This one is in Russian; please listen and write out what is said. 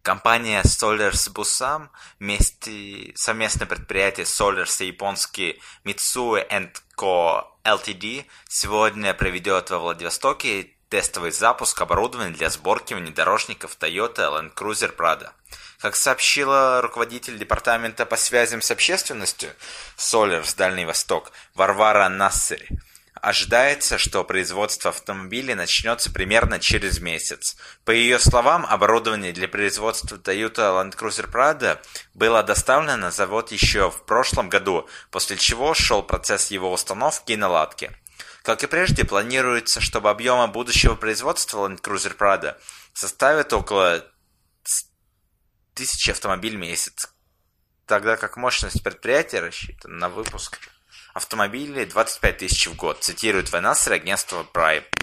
Компания Solers Bussan, совместное предприятие Solers и японский Mitsui Co. Ltd. сегодня проведет во Владивостоке тестовый запуск оборудования для сборки внедорожников Toyota Land Cruiser Prado. Как сообщила руководитель департамента по связям с общественностью Solers Дальний Восток Варвара Нассери, ожидается, что производство автомобилей начнется примерно через месяц. По ее словам, оборудование для производства Toyota Land Cruiser Prado было доставлено на завод еще в прошлом году, после чего шел процесс его установки и наладки. Как и прежде, планируется, чтобы объемы будущего производства Land Cruiser Prado составят около 1000 автомобилей в месяц, тогда как мощность предприятия рассчитана на выпуск автомобилей 25 тысяч в год, цитирует Ванасер агентство Prime.